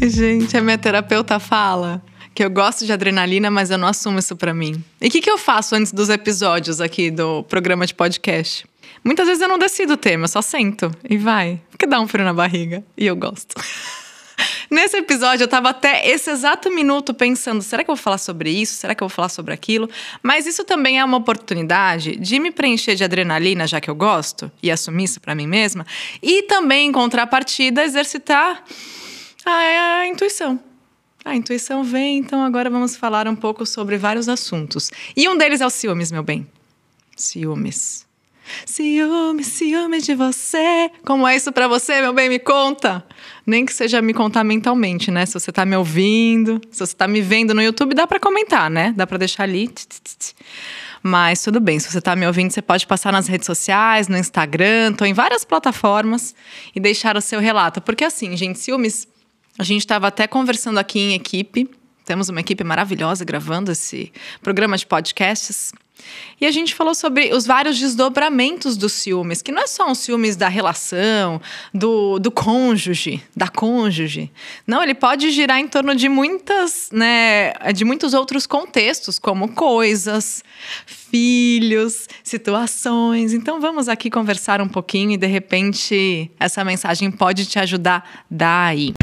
Gente, a minha terapeuta fala que eu gosto de adrenalina, mas eu não assumo isso pra mim. E o que eu faço antes dos episódios aqui do programa de podcast? Muitas vezes eu não decido o tema, eu só sento e vai. Porque dá um frio na barriga e eu gosto. Nesse episódio eu tava até esse exato minuto pensando, será que eu vou falar sobre isso? Será que eu vou falar sobre aquilo? Mas isso também é uma oportunidade de me preencher de adrenalina, já que eu gosto, e assumir isso pra mim mesma. E também, em contrapartida, exercitar a intuição. A intuição vem, então agora vamos falar um pouco sobre vários assuntos. E um deles é o ciúmes, meu bem. Ciúmes. Ciúmes de você. Como é isso pra você, meu bem? Me conta. Nem que seja me contar mentalmente, né? Se você tá me ouvindo, se você tá me vendo no YouTube, dá pra comentar, né? Dá pra deixar ali. Mas tudo bem, se você tá me ouvindo, você pode passar nas redes sociais, no Instagram, tô em várias plataformas e deixar o seu relato. Porque assim, gente, ciúmes, a gente tava até conversando aqui em equipe. Temos uma equipe maravilhosa gravando esse programa de podcasts. E a gente falou sobre os vários desdobramentos dos ciúmes, que não é só um ciúmes da relação, do cônjuge, da cônjuge. Não, ele pode girar em torno de de muitos outros contextos, como coisas, filhos, situações. Então vamos aqui conversar um pouquinho e de repente essa mensagem pode te ajudar daí.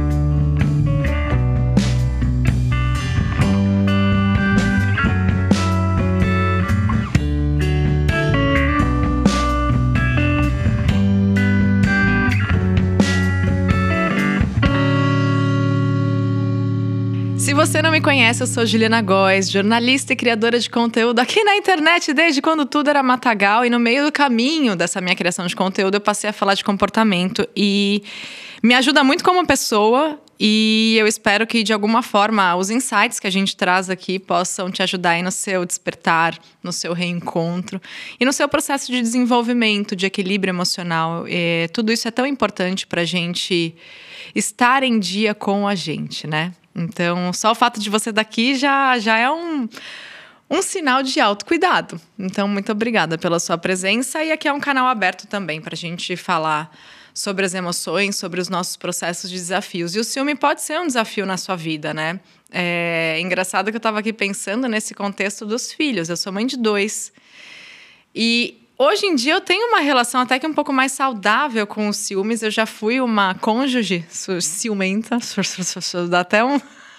Se você não me conhece, eu sou Juliana Góes, jornalista e criadora de conteúdo aqui na internet desde quando tudo era matagal. E no meio do caminho dessa minha criação de conteúdo, eu passei a falar de comportamento. E me ajuda muito como pessoa. E eu espero que, de alguma forma, os insights que a gente traz aqui possam te ajudar aí no seu despertar, no seu reencontro e no seu processo de desenvolvimento, de equilíbrio emocional. E tudo isso é tão importante para a gente estar em dia com a gente, né? Então, só o fato de você estar aqui já é um sinal de autocuidado. Então, muito obrigada pela sua presença. E aqui é um canal aberto também para a gente falar sobre as emoções, sobre os nossos processos de desafios. E o ciúme pode ser um desafio na sua vida, né? É engraçado que eu estava aqui pensando nesse contexto dos filhos. Eu sou mãe de 2. E hoje em dia eu tenho uma relação até que um pouco mais saudável com os ciúmes. Eu já fui uma cônjuge ciumenta. Dá até um...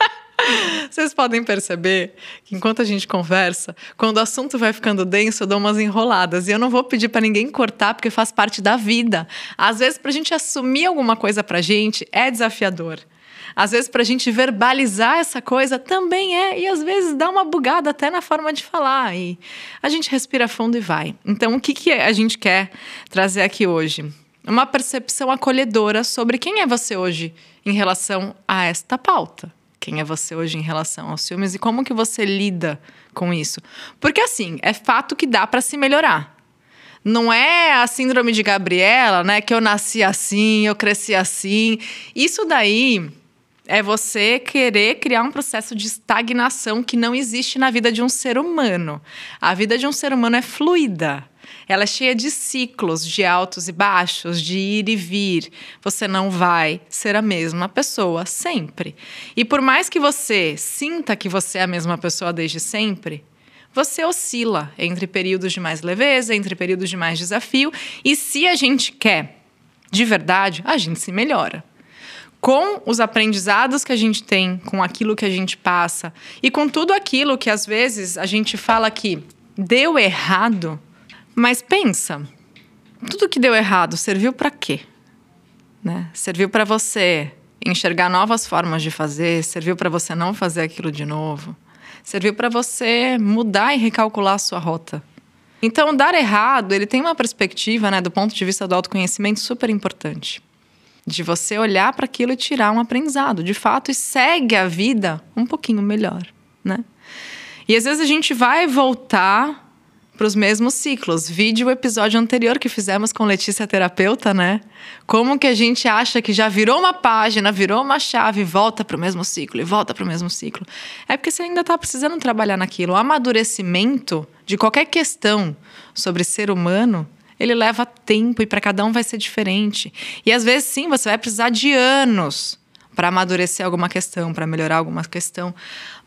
Vocês podem perceber que enquanto a gente conversa, quando o assunto vai ficando denso, eu dou umas enroladas. E eu não vou pedir para ninguém cortar, porque faz parte da vida. Às vezes, para a gente assumir alguma coisa para a gente, é desafiador. Às vezes, para a gente verbalizar essa coisa, também é. E às vezes dá uma bugada até na forma de falar. E a gente respira fundo e vai. Então, o que a gente quer trazer aqui hoje? Uma percepção acolhedora sobre quem é você hoje em relação a esta pauta. Quem é você hoje em relação aos ciúmes e como que você lida com isso. Porque, assim, é fato que dá para se melhorar. Não é a síndrome de Gabriela, né? Que eu nasci assim, eu cresci assim. Isso daí é você querer criar um processo de estagnação que não existe na vida de um ser humano. A vida de um ser humano é fluida. Ela é cheia de ciclos, de altos e baixos, de ir e vir. Você não vai ser a mesma pessoa sempre. E por mais que você sinta que você é a mesma pessoa desde sempre, você oscila entre períodos de mais leveza, entre períodos de mais desafio. E se a gente quer, de verdade, a gente se melhora. Com os aprendizados que a gente tem, com aquilo que a gente passa e com tudo aquilo que às vezes a gente fala que deu errado. Mas pensa, tudo que deu errado serviu para quê? Né? Serviu para você enxergar novas formas de fazer, serviu para você não fazer aquilo de novo, serviu para você mudar e recalcular a sua rota. Então, dar errado, ele tem uma perspectiva, né, do ponto de vista do autoconhecimento super importante. De você olhar para aquilo e tirar um aprendizado, de fato, e segue a vida um pouquinho melhor, né? E às vezes a gente vai voltar para os mesmos ciclos. Vide o episódio anterior que fizemos com Letícia Terapeuta, né? Como que a gente acha que já virou uma página, virou uma chave e volta para o mesmo ciclo, e volta para o mesmo ciclo. É porque você ainda está precisando trabalhar naquilo. O amadurecimento de qualquer questão sobre ser humano, ele leva tempo e para cada um vai ser diferente. E às vezes, sim, você vai precisar de anos para amadurecer alguma questão, para melhorar alguma questão.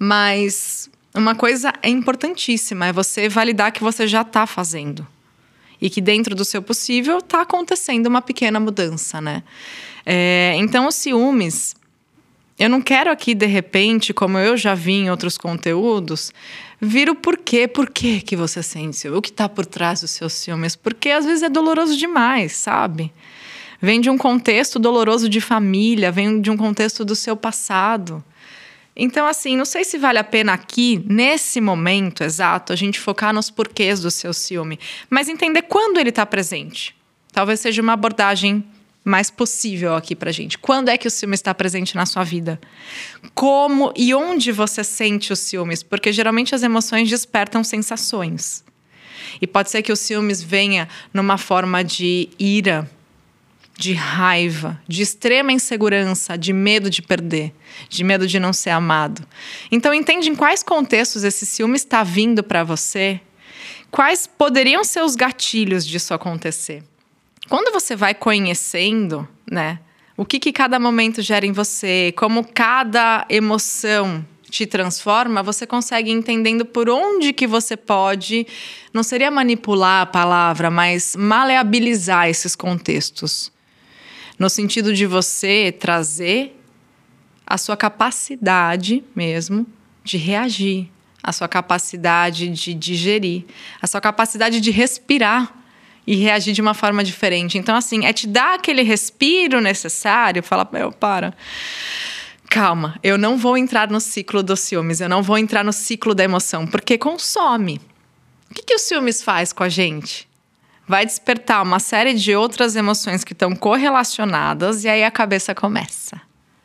Mas uma coisa é importantíssima, é você validar que você já está fazendo. E que dentro do seu possível está acontecendo uma pequena mudança, né? Então, os ciúmes, eu não quero aqui, de repente, como eu já vi em outros conteúdos, vir o porquê. Por que você sente ciúme? O que está por trás dos seus ciúmes? Porque às vezes é doloroso demais, sabe? Vem de um contexto doloroso de família, vem de um contexto do seu passado. Então, assim, não sei se vale a pena aqui, nesse momento exato, a gente focar nos porquês do seu ciúme, mas entender quando ele está presente. Talvez seja uma abordagem mais possível aqui pra gente. Quando é que o ciúme está presente na sua vida? Como e onde você sente os ciúmes? Porque geralmente as emoções despertam sensações. E pode ser que os ciúmes venha numa forma de ira, de raiva, de extrema insegurança, de medo de perder, de medo de não ser amado. Então, entende em quais contextos esse ciúme está vindo para você? Quais poderiam ser os gatilhos disso acontecer? Quando você vai conhecendo, né, o que cada momento gera em você, como cada emoção te transforma, você consegue ir entendendo por onde que você pode, não seria manipular a palavra, mas maleabilizar esses contextos. No sentido de você trazer a sua capacidade mesmo de reagir, a sua capacidade de digerir, a sua capacidade de respirar e reagir de uma forma diferente. Então, assim, é te dar aquele respiro necessário, falar, para, calma, eu não vou entrar no ciclo dos ciúmes, eu não vou entrar no ciclo da emoção, porque consome. O que o ciúmes faz com a gente? Vai despertar uma série de outras emoções que estão correlacionadas e aí a cabeça começa.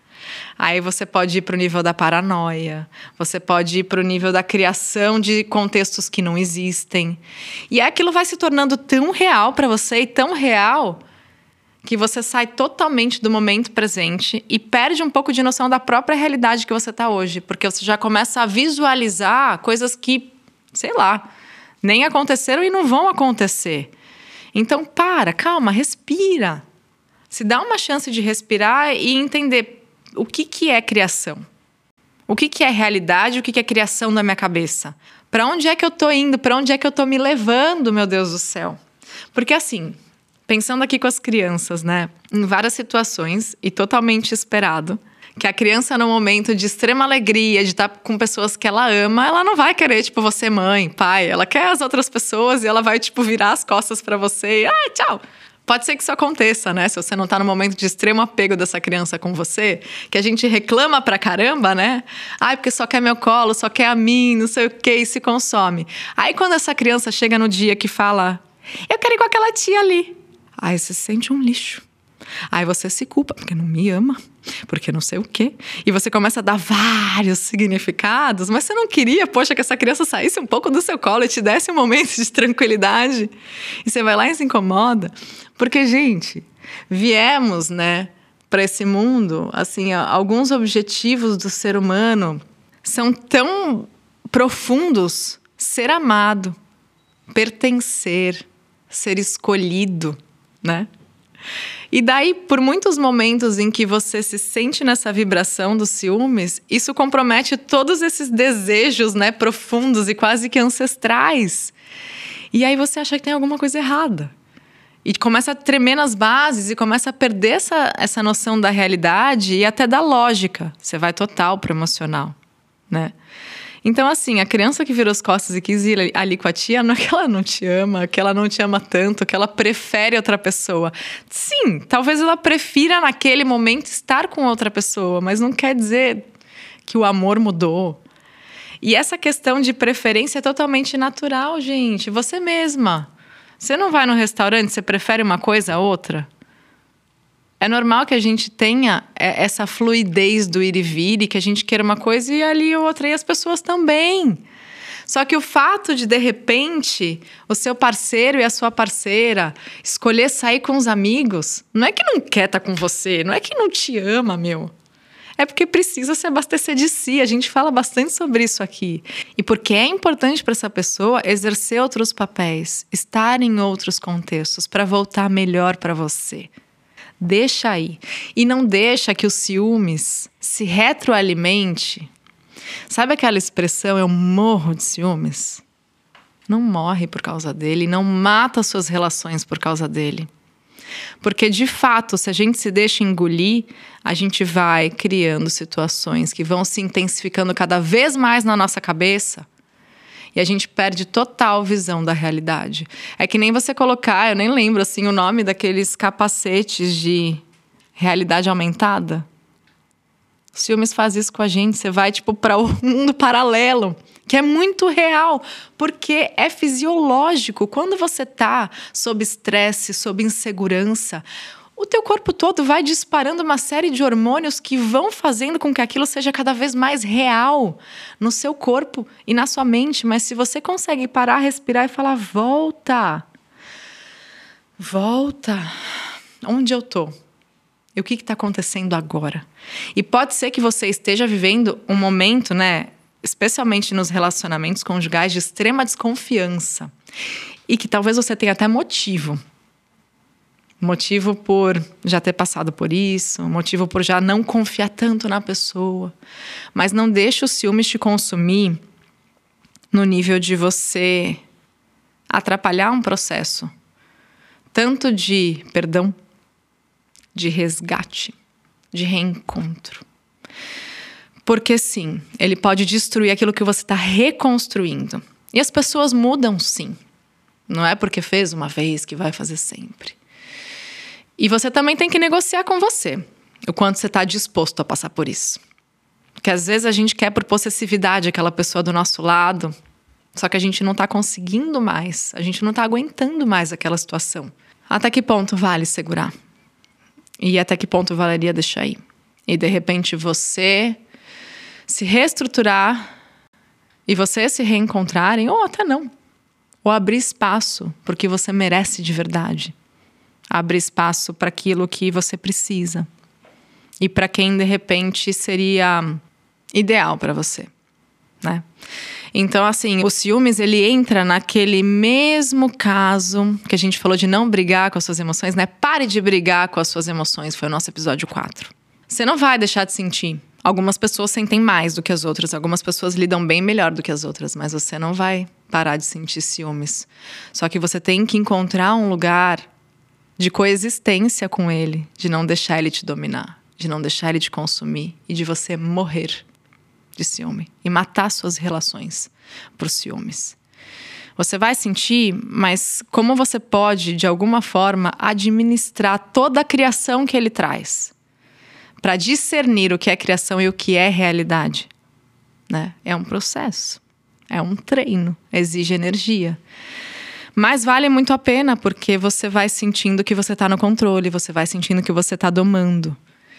Aí você pode ir para o nível da paranoia, você pode ir para o nível da criação de contextos que não existem. E aquilo vai se tornando tão real para você e tão real que você sai totalmente do momento presente e perde um pouco de noção da própria realidade que você está hoje. Porque você já começa a visualizar coisas que, sei lá, nem aconteceram e não vão acontecer. Então, calma, respira. Se dá uma chance de respirar e entender o que é criação. O que é realidade, o que é criação da minha cabeça. Para onde é que eu estou indo? Para onde é que eu estou me levando, meu Deus do céu? Porque assim, pensando aqui com as crianças, né? Em várias situações, e totalmente esperado, que a criança, no momento de extrema alegria, de estar com pessoas que ela ama, ela não vai querer, você mãe, pai. Ela quer as outras pessoas e ela vai, virar as costas pra você e, tchau. Pode ser que isso aconteça, né? Se você não tá no momento de extremo apego dessa criança com você, que a gente reclama pra caramba, né? Porque só quer meu colo, só quer a mim, não sei o quê, e se consome. Aí, quando essa criança chega no dia que fala, eu quero ir com aquela tia ali. Aí você se sente um lixo. Aí você se culpa, porque não me ama, porque não sei o quê. E você começa a dar vários significados, mas você não queria, que essa criança saísse um pouco do seu colo e te desse um momento de tranquilidade. E você vai lá e se incomoda. Porque, gente, viemos, né, para esse mundo, assim, alguns objetivos do ser humano são tão profundos: ser amado, pertencer, ser escolhido, né? E daí, por muitos momentos em que você se sente nessa vibração dos ciúmes, isso compromete todos esses desejos, né, profundos e quase que ancestrais. E aí você acha que tem alguma coisa errada. E começa a tremer nas bases e começa a perder essa noção da realidade e até da lógica. Você vai total pro emocional, né? Então, assim, a criança que virou as costas e quis ir ali com a tia, não é que ela não te ama, que ela não te ama tanto, que ela prefere outra pessoa. Sim, talvez ela prefira naquele momento estar com outra pessoa, mas não quer dizer que o amor mudou. E essa questão de preferência é totalmente natural, gente. Você mesma. Você não vai no restaurante, você prefere uma coisa a outra? É normal que a gente tenha essa fluidez do ir e vir, e que a gente queira uma coisa e ali outra, e as pessoas também. Só que o fato de repente, o seu parceiro e a sua parceira escolher sair com os amigos, não é que não quer estar com você, não é que não te ama, meu. É porque precisa se abastecer de si. A gente fala bastante sobre isso aqui. E porque é importante para essa pessoa exercer outros papéis, estar em outros contextos, para voltar melhor para você. Deixa aí. E não deixa que os ciúmes se retroalimente. Sabe aquela expressão, eu morro de ciúmes? Não morre por causa dele, não mata suas relações por causa dele. Porque, de fato, se a gente se deixa engolir, a gente vai criando situações que vão se intensificando cada vez mais na nossa cabeça e a gente perde total visão da realidade. É que nem você colocar, eu nem lembro assim, o nome daqueles capacetes de realidade aumentada. O ciúmes faz isso com a gente, você vai tipo para um mundo paralelo, que é muito real, porque é fisiológico. Quando você tá sob estresse, sob insegurança, o teu corpo todo vai disparando uma série de hormônios que vão fazendo com que aquilo seja cada vez mais real no seu corpo e na sua mente. Mas se você consegue parar, respirar e falar, volta, onde eu tô? E o que está acontecendo agora? E pode ser que você esteja vivendo um momento, né, especialmente nos relacionamentos conjugais, de extrema desconfiança. E que talvez você tenha até motivo. Motivo por já ter passado por isso, motivo por já não confiar tanto na pessoa. Mas não deixe o ciúmes te consumir no nível de você atrapalhar um processo. Tanto de perdão, de resgate, de reencontro. Porque sim, ele pode destruir aquilo que você está reconstruindo. E as pessoas mudam sim. Não é porque fez uma vez que vai fazer sempre. E você também tem que negociar com você o quanto você está disposto a passar por isso. Porque às vezes a gente quer por possessividade aquela pessoa do nosso lado, só que a gente não está conseguindo mais, a gente não está aguentando mais aquela situação. Até que ponto vale segurar? E até que ponto valeria deixar ir? E de repente você se reestruturar e vocês se reencontrarem, ou até não. Ou abrir espaço porque você merece de verdade. Abrir espaço para aquilo que você precisa. E para quem de repente seria ideal para você, né? Então, assim, o ciúmes, ele entra naquele mesmo caso que a gente falou de não brigar com as suas emoções, né? Pare de brigar com as suas emoções, foi o nosso episódio 4. Você não vai deixar de sentir. Algumas pessoas sentem mais do que as outras, algumas pessoas lidam bem melhor do que as outras, mas você não vai parar de sentir ciúmes. Só que você tem que encontrar um lugar de coexistência com ele, de não deixar ele te dominar, de não deixar ele te consumir e de você morrer de ciúme e matar suas relações por ciúmes. Você vai sentir, mas como você pode, de alguma forma, administrar toda a criação que ele traz? Para discernir o que é criação e o que é realidade, né? É um processo, é um treino, exige energia. Mas vale muito a pena porque você vai sentindo que você está no controle, você vai sentindo que você está domando.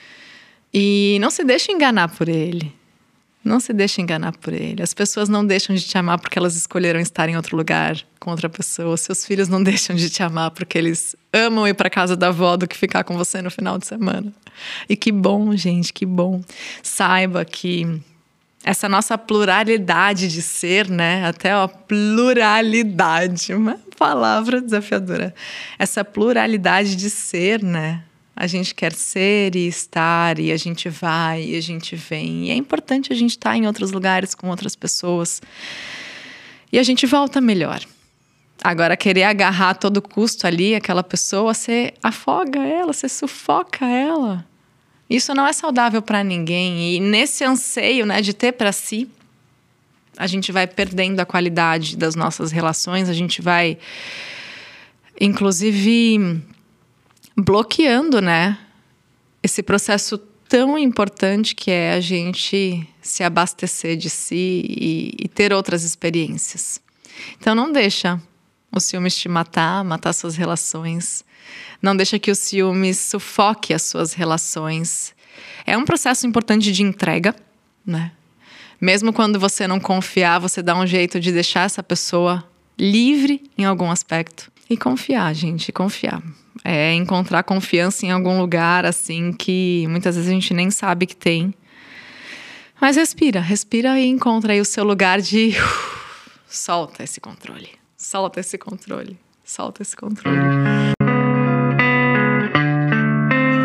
E não se deixe enganar por ele. Não se deixe enganar por ele. As pessoas não deixam de te amar porque elas escolheram estar em outro lugar com outra pessoa. Seus filhos não deixam de te amar porque eles amam ir para casa da avó do que ficar com você no final de semana. E que bom, gente, que bom. Saiba que essa nossa pluralidade de ser, né? Até a pluralidade, uma palavra desafiadora. Essa pluralidade de ser, né? A gente quer ser e estar, e a gente vai, e a gente vem. E é importante a gente estar em outros lugares com outras pessoas. E a gente volta melhor. Agora, querer agarrar a todo custo ali aquela pessoa, você afoga ela, você sufoca ela. Isso não é saudável para ninguém. E nesse anseio, né, de ter para si, a gente vai perdendo a qualidade das nossas relações. A gente vai, inclusive, bloqueando, né, esse processo tão importante que é a gente se abastecer de si e ter outras experiências. Então não deixa o ciúmes te matar suas relações. Não deixa que o ciúmes sufoque as suas relações. É um processo importante de entrega, né? Mesmo quando você não confiar, você dá um jeito de deixar essa pessoa livre em algum aspecto. E confiar, gente, confiar. É encontrar confiança em algum lugar, assim, que muitas vezes a gente nem sabe que tem. Mas respira e encontra aí o seu lugar de... solta esse controle, solta esse controle, solta esse controle.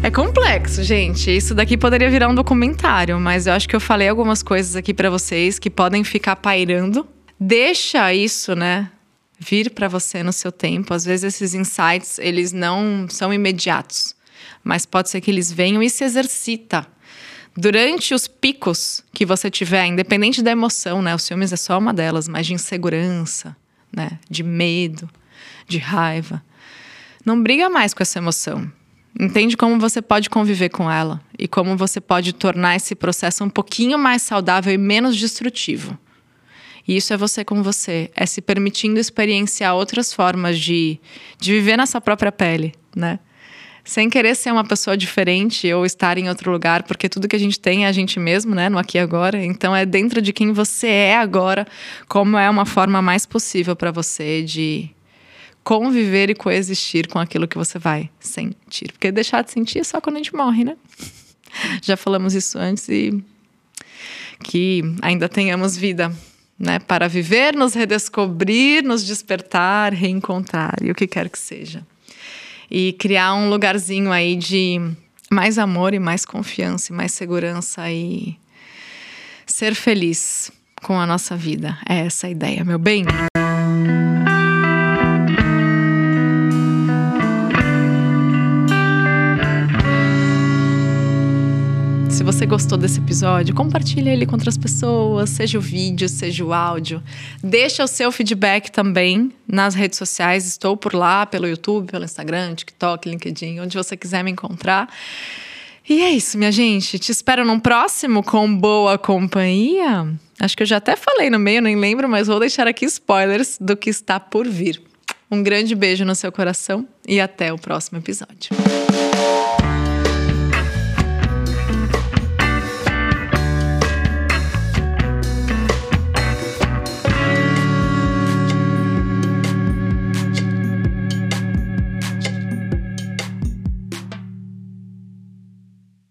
É complexo, gente. Isso daqui poderia virar um documentário, mas eu acho que eu falei algumas coisas aqui pra vocês que podem ficar pairando. Deixa isso, né, vir pra você no seu tempo. Às vezes esses insights, eles não são imediatos, mas pode ser que eles venham e se exercita. Durante os picos que você tiver, independente da emoção, né? Os ciúmes é só uma delas, mas de insegurança, né? De medo, de raiva. Não briga mais com essa emoção. Entende como você pode conviver com ela e como você pode tornar esse processo um pouquinho mais saudável e menos destrutivo. E isso é você com você, é se permitindo experienciar outras formas de viver na sua própria pele, né? Sem querer ser uma pessoa diferente ou estar em outro lugar, porque tudo que a gente tem é a gente mesmo, né? No aqui e agora. Então é dentro de quem você é agora, como é uma forma mais possível para você de conviver e coexistir com aquilo que você vai sentir. Porque deixar de sentir é só quando a gente morre, né? Já falamos isso antes e que ainda tenhamos vida, né? Para viver, nos redescobrir, nos despertar, reencontrar e o que quer que seja. E criar um lugarzinho aí de mais amor e mais confiança e mais segurança e ser feliz com a nossa vida. É essa a ideia, meu bem. Se você gostou desse episódio, compartilha ele com outras pessoas, seja o vídeo, seja o áudio. Deixa o seu feedback também nas redes sociais. Estou por lá, pelo YouTube, pelo Instagram, TikTok, LinkedIn, onde você quiser me encontrar. E é isso, minha gente. Te espero num próximo com boa companhia. Acho que eu já até falei no meio, nem lembro, mas vou deixar aqui spoilers do que está por vir. Um grande beijo no seu coração e até o próximo episódio.